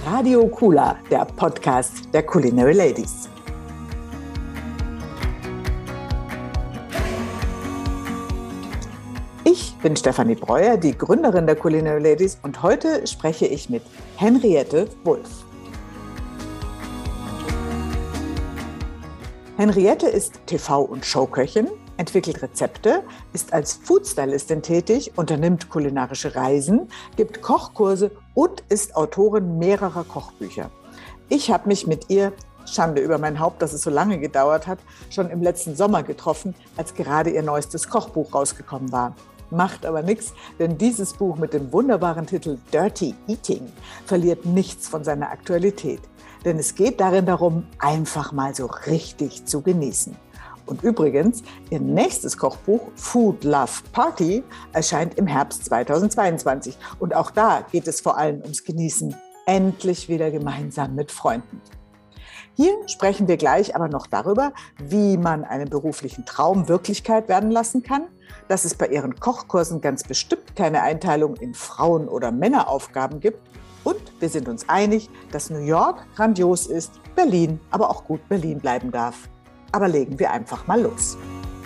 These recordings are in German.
Radio Kula, der Podcast der Culinary Ladies. Ich bin Stefanie Breuer, die Gründerin der Culinary Ladies, und heute spreche ich mit Henriette Wulff. Henriette ist TV- und Showköchin, entwickelt Rezepte, ist als Foodstylistin tätig, unternimmt kulinarische Reisen, gibt Kochkurse und ist Autorin mehrerer Kochbücher. Ich habe mich mit ihr, Schande über mein Haupt, dass es so lange gedauert hat, schon im letzten Sommer getroffen, als gerade ihr neuestes Kochbuch rausgekommen war. Macht aber nichts, denn dieses Buch mit dem wunderbaren Titel Dirty Eating verliert nichts von seiner Aktualität. Denn es geht darin darum, einfach mal so richtig zu genießen. Und übrigens, ihr nächstes Kochbuch, Food Love Party, erscheint im Herbst 2022. Und auch da geht es vor allem ums Genießen, endlich wieder gemeinsam mit Freunden. Hier sprechen wir gleich aber noch darüber, wie man einen beruflichen Traum Wirklichkeit werden lassen kann, dass es bei ihren Kochkursen ganz bestimmt keine Einteilung in Frauen- oder Männeraufgaben gibt. Und wir sind uns einig, dass New York grandios ist, Berlin aber auch gut Berlin bleiben darf. Aber legen wir einfach mal los.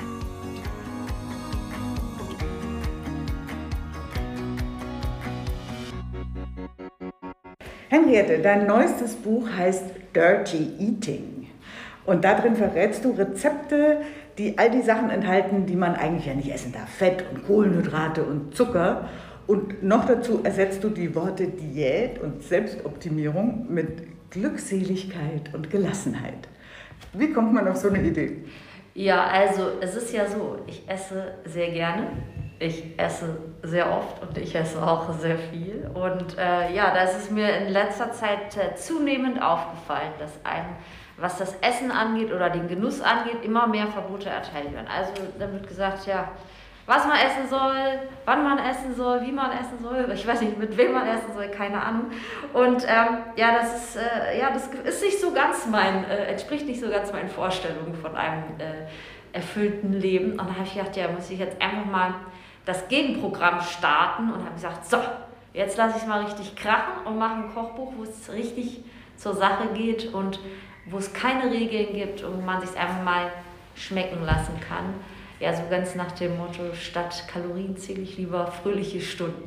Henriette, dein neuestes Buch heißt Dirty Eating. Und darin verrätst du Rezepte, die all die Sachen enthalten, die man eigentlich ja nicht essen darf. Fett und Kohlenhydrate und Zucker. Und noch dazu ersetzt du die Worte Diät und Selbstoptimierung mit Glückseligkeit und Gelassenheit. Wie kommt man auf so eine Idee? Ja, also es ist ja so, ich esse sehr gerne, ich esse sehr oft und ich esse auch sehr viel. Und da ist es mir in letzter Zeit zunehmend aufgefallen, dass einem, was das Essen angeht oder den Genuss angeht, immer mehr Verbote erteilt werden. Also dann wird gesagt, ja, was man essen soll, wann man essen soll, wie man essen soll, ich weiß nicht, mit wem man essen soll, keine Ahnung. Und das ist nicht so ganz entspricht nicht so ganz meinen Vorstellungen von einem erfüllten Leben. Und da habe ich gedacht, ja, muss ich jetzt einfach mal das Gegenprogramm starten und habe gesagt, so, jetzt lasse ich es mal richtig krachen und mache ein Kochbuch, wo es richtig zur Sache geht und wo es keine Regeln gibt und man sich einfach mal schmecken lassen kann. Ja, so ganz nach dem Motto, statt Kalorien zähle ich lieber fröhliche Stunden.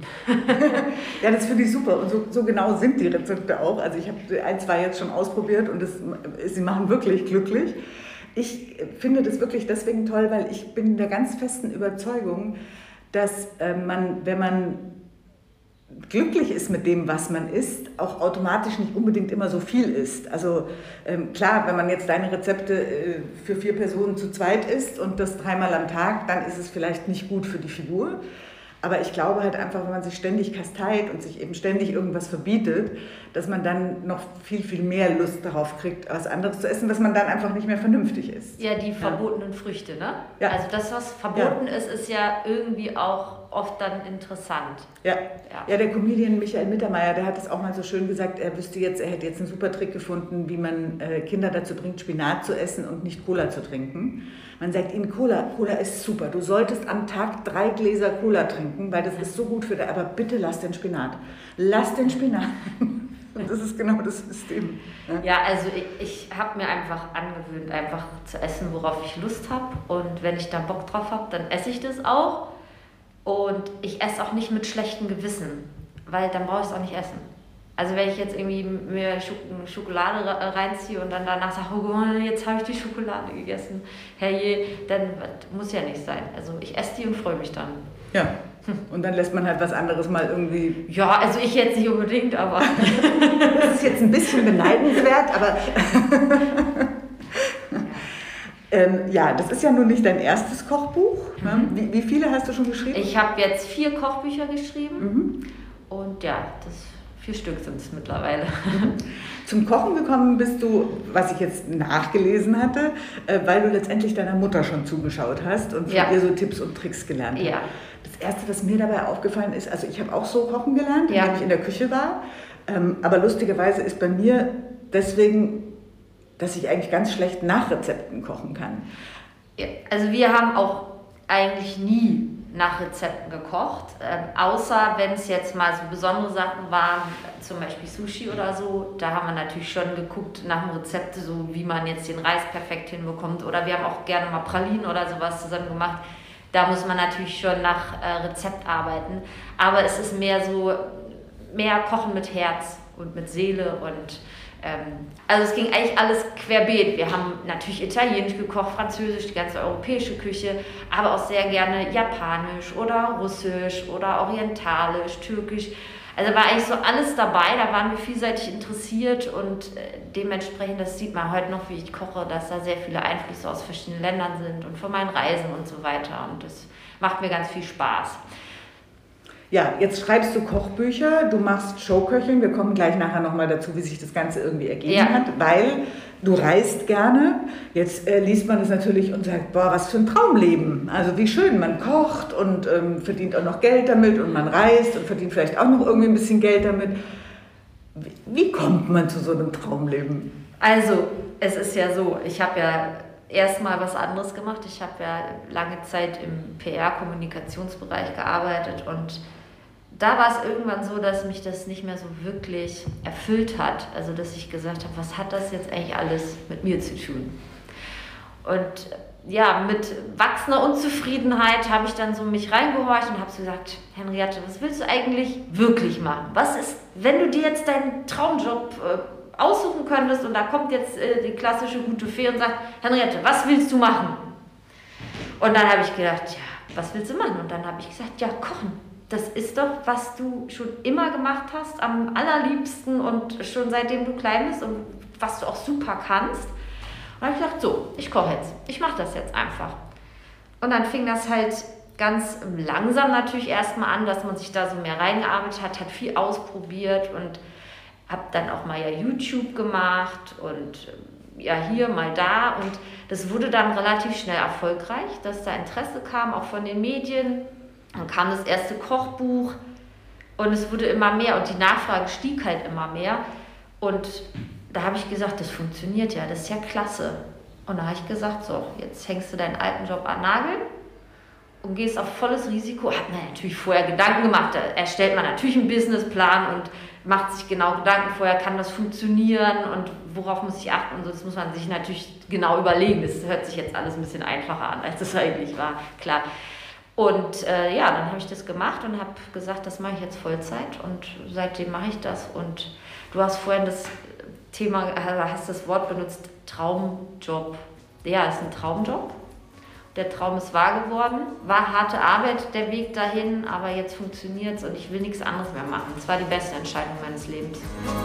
Ja, das finde ich super. Und so genau sind die Rezepte auch. Also ich habe 2 jetzt schon ausprobiert und sie machen wirklich glücklich. Ich finde das wirklich deswegen toll, weil ich bin der ganz festen Überzeugung, dass man, wenn man glücklich ist mit dem, was man isst, auch automatisch nicht unbedingt immer so viel isst. Also klar, wenn man jetzt deine Rezepte für 4 Personen zu zweit isst und das 3-mal am Tag, dann ist es vielleicht nicht gut für die Figur. Aber ich glaube halt einfach, wenn man sich ständig kasteit und sich eben ständig irgendwas verbietet, dass man dann noch viel, viel mehr Lust darauf kriegt, was anderes zu essen, dass man dann einfach nicht mehr vernünftig ist. Ja, die verbotenen Früchte, ne? Ja. Also das, was verboten ist ja irgendwie auch oft dann interessant. Ja, der Comedian Michael Mittermeier, der hat es auch mal so schön gesagt, er hätte jetzt einen super Trick gefunden, wie man Kinder dazu bringt, Spinat zu essen und nicht Cola zu trinken. Man sagt ihnen, Cola ist super, du solltest am Tag 3 Gläser Cola trinken, weil das ist so gut für dich, aber bitte lass den Spinat. Lass den Spinat. Und das ist genau das System. Ja, also ich habe mir einfach angewöhnt, einfach zu essen, worauf ich Lust habe. Und wenn ich da Bock drauf habe, dann esse ich das auch. Und ich esse auch nicht mit schlechtem Gewissen, weil dann brauche ich es auch nicht essen. Also wenn ich jetzt irgendwie mir Schokolade reinziehe und dann danach sage, oh, jetzt habe ich die Schokolade gegessen, herrje, dann muss ja nicht sein. Also ich esse die und freue mich dann. Ja, und dann lässt man halt was anderes mal irgendwie... Ja, also ich jetzt nicht unbedingt, aber... Das ist jetzt ein bisschen beneidenswert, aber... das ist ja nun nicht dein erstes Kochbuch. Mhm. Wie viele hast du schon geschrieben? Ich habe jetzt 4 Kochbücher geschrieben und ja, 4 Stück sind es mittlerweile. Zum Kochen gekommen bist du, was ich jetzt nachgelesen hatte, weil du letztendlich deiner Mutter schon zugeschaut hast und von ihr so Tipps und Tricks gelernt hast. Ja. Das Erste, was mir dabei aufgefallen ist, also ich habe auch so kochen gelernt, indem ich in der Küche war, aber lustigerweise ist bei mir deswegen, dass ich eigentlich ganz schlecht nach Rezepten kochen kann. Ja, also wir haben auch eigentlich nie nach Rezepten gekocht, außer wenn es jetzt mal so besondere Sachen waren, zum Beispiel Sushi oder so, da haben wir natürlich schon geguckt nach dem Rezept, so wie man jetzt den Reis perfekt hinbekommt, oder wir haben auch gerne mal Pralinen oder sowas zusammen gemacht. Da muss man natürlich schon nach Rezept arbeiten, aber es ist mehr Kochen mit Herz und mit Seele und also es ging eigentlich alles querbeet. Wir haben natürlich Italienisch gekocht, Französisch, die ganze europäische Küche, aber auch sehr gerne Japanisch oder Russisch oder Orientalisch, Türkisch. Also war eigentlich so alles dabei, da waren wir vielseitig interessiert und dementsprechend, das sieht man heute noch, wie ich koche, dass da sehr viele Einflüsse aus verschiedenen Ländern sind und von meinen Reisen und so weiter und das macht mir ganz viel Spaß. Ja, jetzt schreibst du Kochbücher, du machst Showköchin, wir kommen gleich nachher nochmal dazu, wie sich das Ganze irgendwie ergeben hat, weil du reist gerne. Jetzt liest man das natürlich und sagt, boah, was für ein Traumleben. Also wie schön, man kocht und verdient auch noch Geld damit und man reist und verdient vielleicht auch noch irgendwie ein bisschen Geld damit. Wie kommt man zu so einem Traumleben? Also, es ist ja so, ich habe ja erstmal was anderes gemacht. Ich habe ja lange Zeit im PR-Kommunikationsbereich gearbeitet und da war es irgendwann so, dass mich das nicht mehr so wirklich erfüllt hat. Also, dass ich gesagt habe, was hat das jetzt eigentlich alles mit mir zu tun? Und ja, mit wachsender Unzufriedenheit habe ich dann so mich reingehorcht und habe so gesagt, Henriette, was willst du eigentlich wirklich machen? Was ist, wenn du dir jetzt deinen Traumjob aussuchen könntest und da kommt jetzt die klassische gute Fee und sagt, Henriette, was willst du machen? Und dann habe ich gedacht, ja, was willst du machen? Und dann habe ich gesagt, ja, kochen. Das ist doch, was du schon immer gemacht hast, am allerliebsten und schon seitdem du klein bist und was du auch super kannst. Und dann habe ich gedacht, so, ich koche jetzt. Ich mache das jetzt einfach. Und dann fing das halt ganz langsam natürlich erstmal an, dass man sich da so mehr reingearbeitet hat viel ausprobiert und habe dann auch mal ja YouTube gemacht und ja hier, mal da. Und das wurde dann relativ schnell erfolgreich, dass da Interesse kam, auch von den Medien. Dann kam das erste Kochbuch und es wurde immer mehr und die Nachfrage stieg halt immer mehr. Und da habe ich gesagt, das funktioniert ja, das ist ja klasse. Und da habe ich gesagt, so, jetzt hängst du deinen alten Job an den Nagel und gehst auf volles Risiko. Hat man natürlich vorher Gedanken gemacht, da erstellt man natürlich einen Businessplan und macht sich genau Gedanken vorher, kann das funktionieren und worauf muss ich achten und so. Das muss man sich natürlich genau überlegen. Das hört sich jetzt alles ein bisschen einfacher an, als es eigentlich war, klar. Und ja, dann habe ich das gemacht und habe gesagt, das mache ich jetzt Vollzeit und seitdem mache ich das. Und du hast vorhin das Thema, hast das Wort benutzt, Traumjob. Ja, es ist ein Traumjob. Der Traum ist wahr geworden. War harte Arbeit, der Weg dahin, aber jetzt funktioniert es und ich will nichts anderes mehr machen. Es war die beste Entscheidung meines Lebens.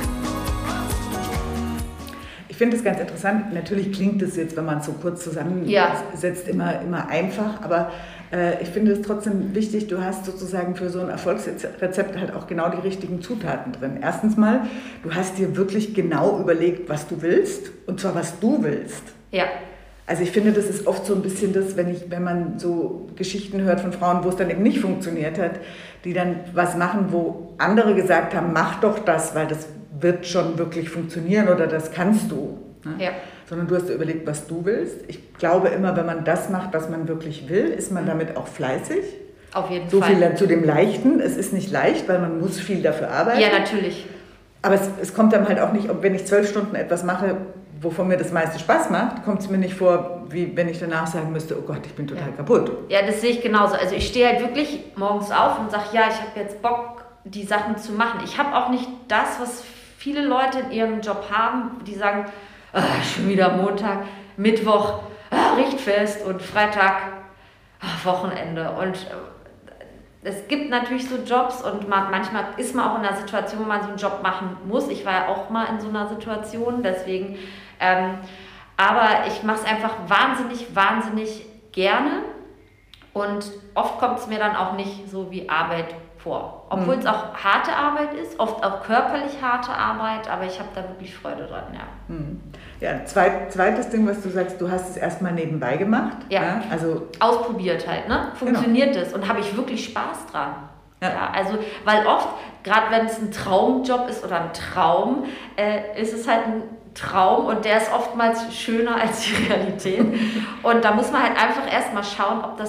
Ich finde es ganz interessant. Natürlich klingt es jetzt, wenn man es so kurz zusammensetzt, immer einfach, aber ich finde es trotzdem wichtig, du hast sozusagen für so ein Erfolgsrezept halt auch genau die richtigen Zutaten drin. Erstens mal, du hast dir wirklich genau überlegt, was du willst, und zwar was du willst. Ja. Also ich finde, das ist oft so ein bisschen das, wenn man so Geschichten hört von Frauen, wo es dann eben nicht funktioniert hat, die dann was machen, wo andere gesagt haben, mach doch das, weil das wird schon wirklich funktionieren oder das kannst du. Ne? Ja. Sondern du hast dir überlegt, was du willst. Ich glaube immer, wenn man das macht, was man wirklich will, ist man damit auch fleißig. Auf jeden Fall. So viel zu dem Leichten. Es ist nicht leicht, weil man muss viel dafür arbeiten. Ja, natürlich. Aber es kommt dann halt auch nicht, wenn ich 12 Stunden etwas mache, wovon mir das meiste Spaß macht, kommt es mir nicht vor, wie wenn ich danach sagen müsste, oh Gott, ich bin total kaputt. Ja, das sehe ich genauso. Also ich stehe halt wirklich morgens auf und sage, ja, ich habe jetzt Bock, die Sachen zu machen. Ich habe auch nicht das, was viele Leute in ihrem Job haben, die sagen, schon wieder Montag, Mittwoch, Richtfest und Freitag, Wochenende. Und es gibt natürlich so Jobs und manchmal ist man auch in einer Situation, wo man so einen Job machen muss. Ich war ja auch mal in so einer Situation, deswegen, aber ich mache es einfach wahnsinnig gerne und oft kommt es mir dann auch nicht so wie Arbeit vor. Obwohl es auch harte Arbeit ist, oft auch körperlich harte Arbeit, aber ich habe da wirklich Freude dran, ja. Ja, zweites Ding, was du sagst, du hast es erstmal nebenbei gemacht. Ja, ja? Also ausprobiert halt, ne? Funktioniert es und habe ich wirklich Spaß dran. Ja, also, weil oft, gerade wenn es ein Traumjob ist oder ein Traum, ist es halt ein Traum und der ist oftmals schöner als die Realität. Und da muss man halt einfach erstmal schauen, ob das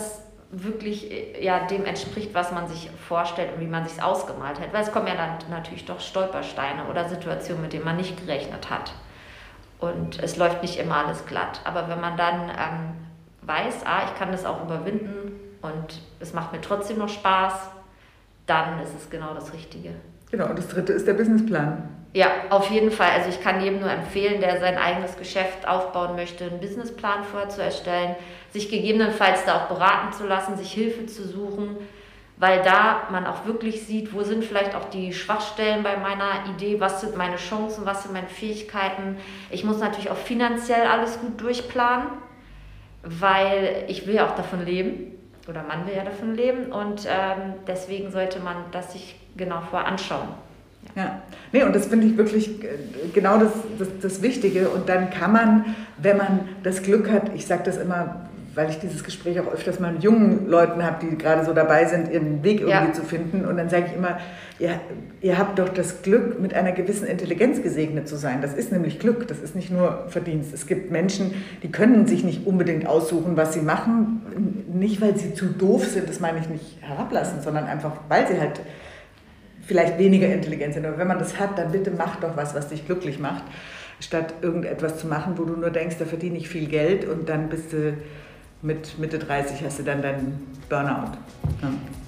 wirklich ja, dem entspricht, was man sich vorstellt und wie man sich ausgemalt hat. Weil es kommen ja dann natürlich doch Stolpersteine oder Situationen, mit denen man nicht gerechnet hat. Und es läuft nicht immer alles glatt. Aber wenn man dann weiß, ich kann das auch überwinden und es macht mir trotzdem noch Spaß, dann ist es genau das Richtige. Genau, und das dritte ist der Businessplan. Ja, auf jeden Fall. Also ich kann jedem nur empfehlen, der sein eigenes Geschäft aufbauen möchte, einen Businessplan vorher zu erstellen, sich gegebenenfalls da auch beraten zu lassen, sich Hilfe zu suchen, weil da man auch wirklich sieht, wo sind vielleicht auch die Schwachstellen bei meiner Idee, was sind meine Chancen, was sind meine Fähigkeiten. Ich muss natürlich auch finanziell alles gut durchplanen, weil ich will ja auch davon leben oder man will ja davon leben und deswegen sollte man das sich genau vorher anschauen. Ja, nee, und das finde ich wirklich genau das Wichtige. Und dann kann man, wenn man das Glück hat, ich sage das immer, weil ich dieses Gespräch auch öfters mal mit jungen Leuten habe, die gerade so dabei sind, ihren Weg irgendwie zu finden. Und dann sage ich immer, ihr habt doch das Glück, mit einer gewissen Intelligenz gesegnet zu sein. Das ist nämlich Glück, das ist nicht nur Verdienst. Es gibt Menschen, die können sich nicht unbedingt aussuchen, was sie machen. Nicht, weil sie zu doof sind, das meine ich nicht herablassen, sondern einfach, weil sie halt vielleicht weniger intelligent sind. Aber wenn man das hat, dann bitte mach doch was dich glücklich macht, statt irgendetwas zu machen, wo du nur denkst, da verdiene ich viel Geld und dann bist du mit Mitte 30 hast du dann deinen Burnout. Ja.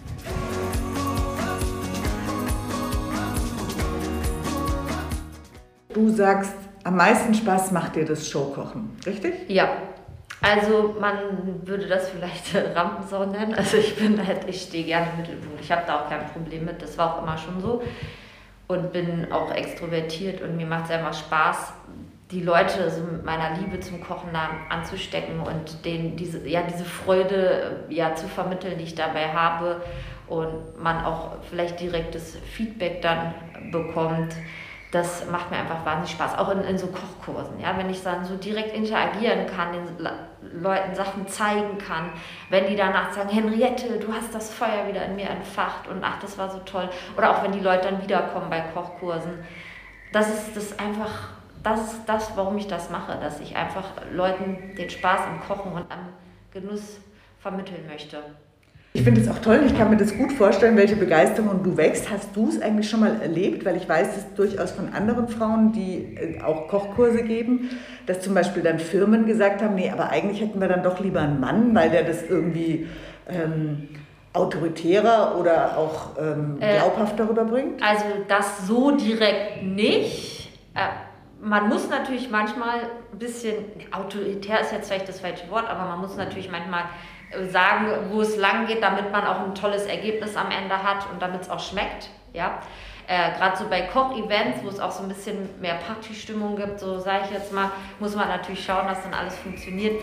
Du sagst, am meisten Spaß macht dir das Showkochen, richtig? Ja. Also man würde das vielleicht Rampensau nennen. Also ich stehe gerne im Mittelpunkt. Ich habe da auch kein Problem mit. Das war auch immer schon so. Und bin auch extrovertiert und mir macht es einfach Spaß, die Leute so mit meiner Liebe zum Kochen anzustecken und denen diese Freude zu vermitteln, die ich dabei habe. Und man auch vielleicht direktes Feedback dann bekommt. Das macht mir einfach wahnsinnig Spaß, auch in so Kochkursen, ja, wenn ich dann so direkt interagieren kann, den Leuten Sachen zeigen kann, wenn die danach sagen, Henriette, du hast das Feuer wieder in mir entfacht und ach, das war so toll. Oder auch wenn die Leute dann wiederkommen bei Kochkursen. Das ist das, warum ich das mache, dass ich einfach Leuten den Spaß am Kochen und am Genuss vermitteln möchte. Ich finde es auch toll, ich kann mir das gut vorstellen, welche Begeisterung du wächst. Hast du es eigentlich schon mal erlebt? Weil ich weiß es durchaus von anderen Frauen, die auch Kochkurse geben, dass zum Beispiel dann Firmen gesagt haben, nee, aber eigentlich hätten wir dann doch lieber einen Mann, weil der das irgendwie autoritärer oder auch glaubhafter rüberbringt? Also das so direkt nicht. Man muss natürlich manchmal ein bisschen, autoritär ist jetzt vielleicht das falsche Wort, aber man muss natürlich manchmal sagen, wo es lang geht, damit man auch ein tolles Ergebnis am Ende hat und damit es auch schmeckt. Ja? Gerade so bei Kochevents, wo es auch so ein bisschen mehr Partystimmung gibt, so sage ich jetzt mal, muss man natürlich schauen, dass dann alles funktioniert.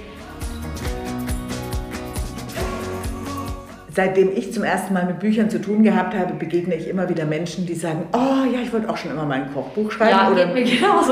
Seitdem ich zum ersten Mal mit Büchern zu tun gehabt habe, begegne ich immer wieder Menschen, die sagen, oh ja, ich wollte auch schon immer mal ein Kochbuch schreiben. Ja, geht mir genauso.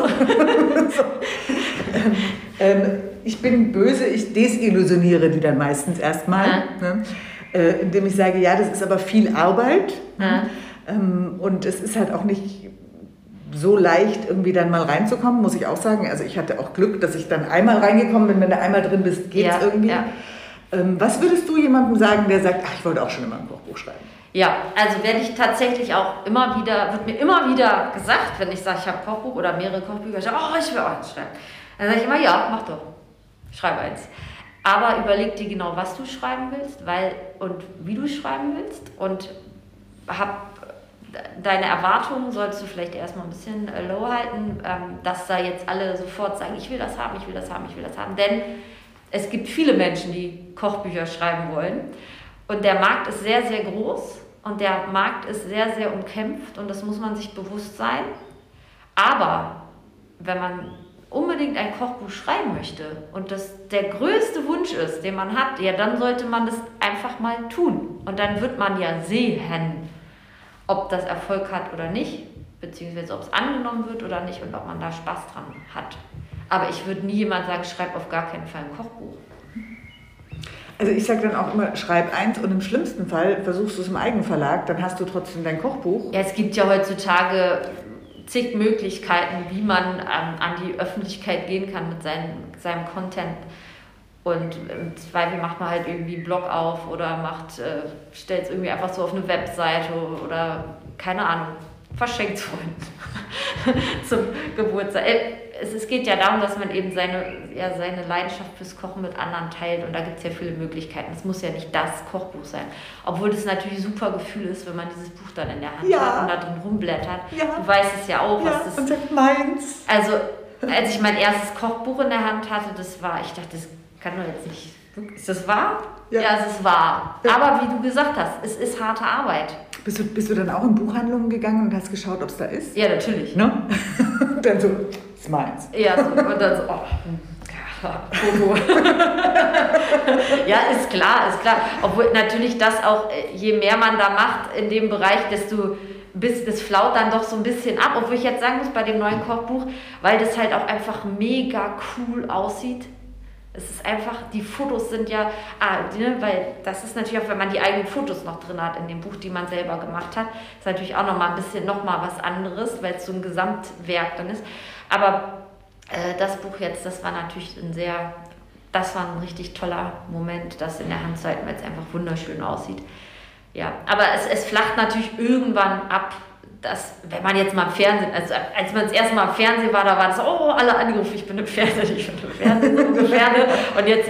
Ich bin böse, ich desillusioniere die dann meistens erstmal, indem ich sage, ja, das ist aber viel Arbeit und es ist halt auch nicht so leicht, irgendwie dann mal reinzukommen, muss ich auch sagen. Also ich hatte auch Glück, dass ich dann einmal reingekommen bin, wenn du einmal drin bist, geht's irgendwie. Ja. Was würdest du jemandem sagen, der sagt, ach, ich wollte auch schon immer ein Kochbuch schreiben? Ja, also werde ich tatsächlich auch wird mir immer wieder gesagt, wenn ich sage, ich habe ein Kochbuch oder mehrere Kochbücher, ich sage, oh, ich will auch eins schreiben. Dann sage ich immer, ja, mach doch, schreib eins. Aber überleg dir genau, was du schreiben willst, und wie du schreiben willst und deine Erwartungen solltest du vielleicht erstmal ein bisschen low halten, dass da jetzt alle sofort sagen, ich will das haben, ich will das haben, ich will das haben, denn es gibt viele Menschen, die Kochbücher schreiben wollen und der Markt ist sehr, sehr groß und der Markt ist sehr, sehr umkämpft und das muss man sich bewusst sein. Aber wenn man unbedingt ein Kochbuch schreiben möchte und das der größte Wunsch ist, den man hat, ja, dann sollte man das einfach mal tun und dann wird man ja sehen, ob das Erfolg hat oder nicht, beziehungsweise ob es angenommen wird oder nicht und ob man da Spaß dran hat. Aber ich würde nie jemand sagen, schreib auf gar keinen Fall ein Kochbuch. Also ich sage dann auch immer, schreib eins und im schlimmsten Fall versuchst du es im Eigenverlag, dann hast du trotzdem dein Kochbuch. Ja, es gibt ja heutzutage zig Möglichkeiten, wie man an die Öffentlichkeit gehen kann mit seinem Content. Und im Zweifel macht man halt irgendwie einen Blog auf oder stellt es irgendwie einfach so auf eine Webseite oder keine Ahnung, verschenkt Freunden zum Geburtstag. Es geht ja darum, dass man eben seine Leidenschaft fürs Kochen mit anderen teilt und da gibt es ja viele Möglichkeiten. Es muss ja nicht das Kochbuch sein. Obwohl das natürlich ein super Gefühl ist, wenn man dieses Buch dann in der Hand hat und da drin rumblättert. Ja. Du weißt es ja auch, was das ist. Meins. Also, als ich mein erstes Kochbuch in der Hand hatte, ich dachte, das kann doch jetzt nicht. Ist das wahr? Ja, es ist wahr. Ja. Aber wie du gesagt hast, es ist harte Arbeit. Bist du dann auch in Buchhandlungen gegangen und hast geschaut, ob es da ist? Ja, natürlich. Ne? Dann so, das ist meins. Ja, so, und dann so, ja, ist klar. Obwohl natürlich das auch, je mehr man da macht in dem Bereich, das flaut dann doch so ein bisschen ab. Obwohl ich jetzt sagen muss, bei dem neuen Kochbuch, weil das halt auch einfach mega cool aussieht. Es ist einfach, die Fotos sind ja, weil das ist natürlich auch, wenn man die eigenen Fotos noch drin hat in dem Buch, die man selber gemacht hat, ist natürlich auch nochmal was anderes, weil es so ein Gesamtwerk dann ist. Aber das Buch jetzt, das war natürlich ein richtig toller Moment, das in der Hand zu halten, weil es einfach wunderschön aussieht. Ja, aber es flacht natürlich irgendwann ab. Wenn man jetzt mal im Fernsehen, also als man das erste Mal im Fernsehen war, da war das, alle angerufen, ich bin im Fernsehen, so ungefähr. Und jetzt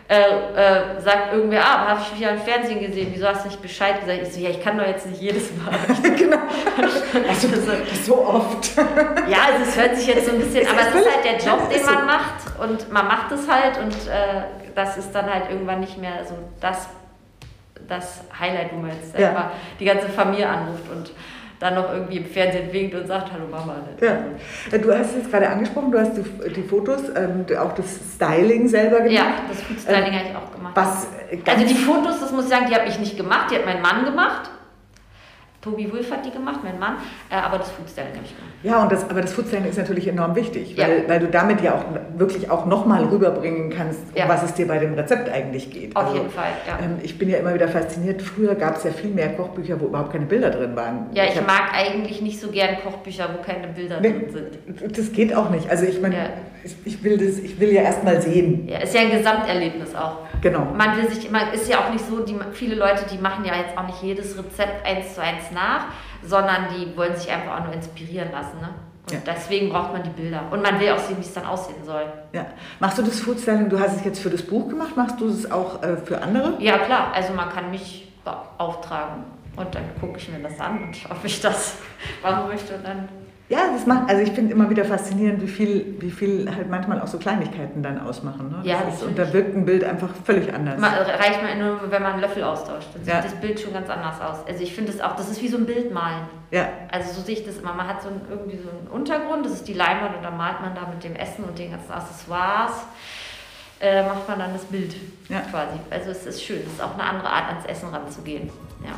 sagt irgendwer, habe ich mich ja im Fernsehen gesehen, wieso hast du nicht Bescheid gesagt? Ich so, ja, ich kann doch jetzt nicht jedes Mal. Genau. Also so oft. Ja, also es hört sich jetzt so ein bisschen, aber es ist halt der Job, den man macht und man macht es halt und das ist dann halt irgendwann nicht mehr so das Highlight, wo man jetzt selber die ganze Familie anruft und dann noch irgendwie im Fernsehen winkt und sagt, hallo Mama. Ja. Du hast es jetzt gerade angesprochen, du hast die Fotos, auch das Styling selber gemacht. Ja, das Food Styling habe ich auch gemacht. Also die Fotos, das muss ich sagen, die habe ich nicht gemacht, die hat mein Mann gemacht. Tobi Wulff hat die gemacht, mein Mann, aber das Food Styling habe ich gemacht. Ja, aber das Food Styling ist natürlich enorm wichtig, weil du damit ja auch wirklich auch nochmal rüberbringen kannst, um was es dir bei dem Rezept eigentlich geht. Auf jeden Fall, ja. Ich bin ja immer wieder fasziniert, früher gab es ja viel mehr Kochbücher, wo überhaupt keine Bilder drin waren. Ja, ich mag eigentlich nicht so gern Kochbücher, wo keine Bilder drin sind. Das geht auch nicht. Also ich meine, ich will ja erst mal sehen. Ja, ist ja ein Gesamterlebnis auch. Genau. Man will sich immer, ist ja auch nicht so, viele Leute, die machen ja jetzt auch nicht jedes Rezept 1:1 nach, sondern die wollen sich einfach auch nur inspirieren lassen. Ne? Und deswegen braucht man die Bilder. Und man will auch sehen, wie es dann aussehen soll. Ja. Machst du das Food Styling, du hast es jetzt für das Buch gemacht, machst du es auch für andere? Ja, klar. Also man kann mich auftragen und dann gucke ich mir das an und ob ich das machen möchte und dann... Ja, also ich finde immer wieder faszinierend, wie viel halt manchmal auch so Kleinigkeiten dann ausmachen. Ne? Ja, und da wirkt ein Bild einfach völlig anders. Reicht mir nur, wenn man einen Löffel austauscht. Dann sieht das Bild schon ganz anders aus. Also ich finde es auch, das ist wie so ein Bild malen. Ja. Also so sehe ich das immer. Man hat irgendwie so einen Untergrund, das ist die Leinwand und dann malt man da mit dem Essen und den ganzen Accessoires, macht man dann das Bild quasi. Also es ist schön, es ist auch eine andere Art, ans Essen ranzugehen. Ja.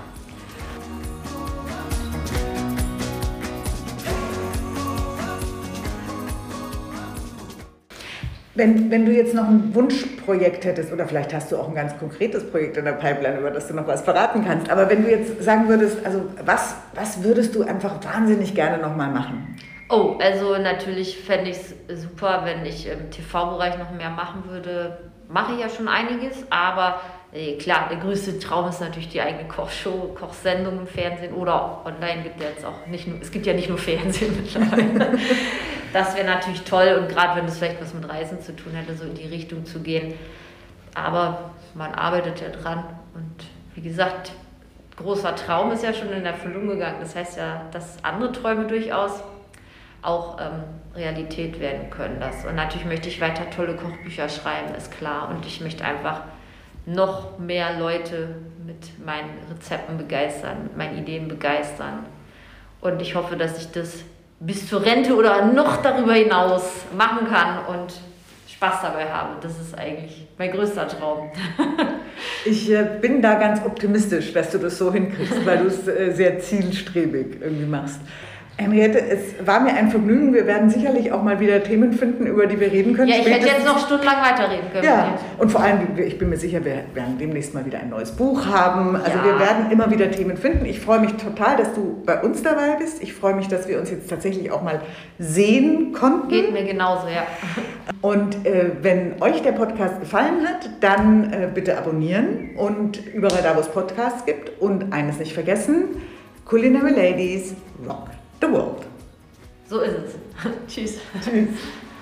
Wenn du jetzt noch ein Wunschprojekt hättest, oder vielleicht hast du auch ein ganz konkretes Projekt in der Pipeline, über das du noch was verraten kannst, aber wenn du jetzt sagen würdest, also was würdest du einfach wahnsinnig gerne nochmal machen? Oh, also natürlich fände ich es super, wenn ich im TV-Bereich noch mehr machen würde. Mache ich ja schon einiges, aber klar, der größte Traum ist natürlich die eigene Kochshow, Kochsendung im Fernsehen oder online gibt ja jetzt auch nicht nur, es gibt ja nicht nur Fernsehen mittlerweile. Das wäre natürlich toll und gerade wenn es vielleicht was mit Reisen zu tun hätte, so in die Richtung zu gehen. Aber man arbeitet ja dran und wie gesagt, großer Traum ist ja schon in Erfüllung gegangen. Das heißt ja, dass andere Träume durchaus auch Realität werden können. Und natürlich möchte ich weiter tolle Kochbücher schreiben, ist klar. Und ich möchte einfach noch mehr Leute mit meinen Rezepten begeistern, mit meinen Ideen begeistern. Und ich hoffe, dass ich das bis zur Rente oder noch darüber hinaus machen kann und Spaß dabei habe. Das ist eigentlich mein größter Traum. Ich bin da ganz optimistisch, dass du das so hinkriegst, weil du es sehr zielstrebig irgendwie machst. Henriette, es war mir ein Vergnügen. Wir werden sicherlich auch mal wieder Themen finden, über die wir reden können. Ja, ich hätte jetzt noch stundenlang weiterreden können. Ja, und vor allem, ich bin mir sicher, wir werden demnächst mal wieder ein neues Buch haben. Also wir werden immer wieder Themen finden. Ich freue mich total, dass du bei uns dabei bist. Ich freue mich, dass wir uns jetzt tatsächlich auch mal sehen konnten. Geht mir genauso, ja. Und wenn euch der Podcast gefallen hat, dann bitte abonnieren und überall da, wo es Podcasts gibt. Und eines nicht vergessen, Culinary Ladies rock the world. So ist es. Tschüss. Tschüss.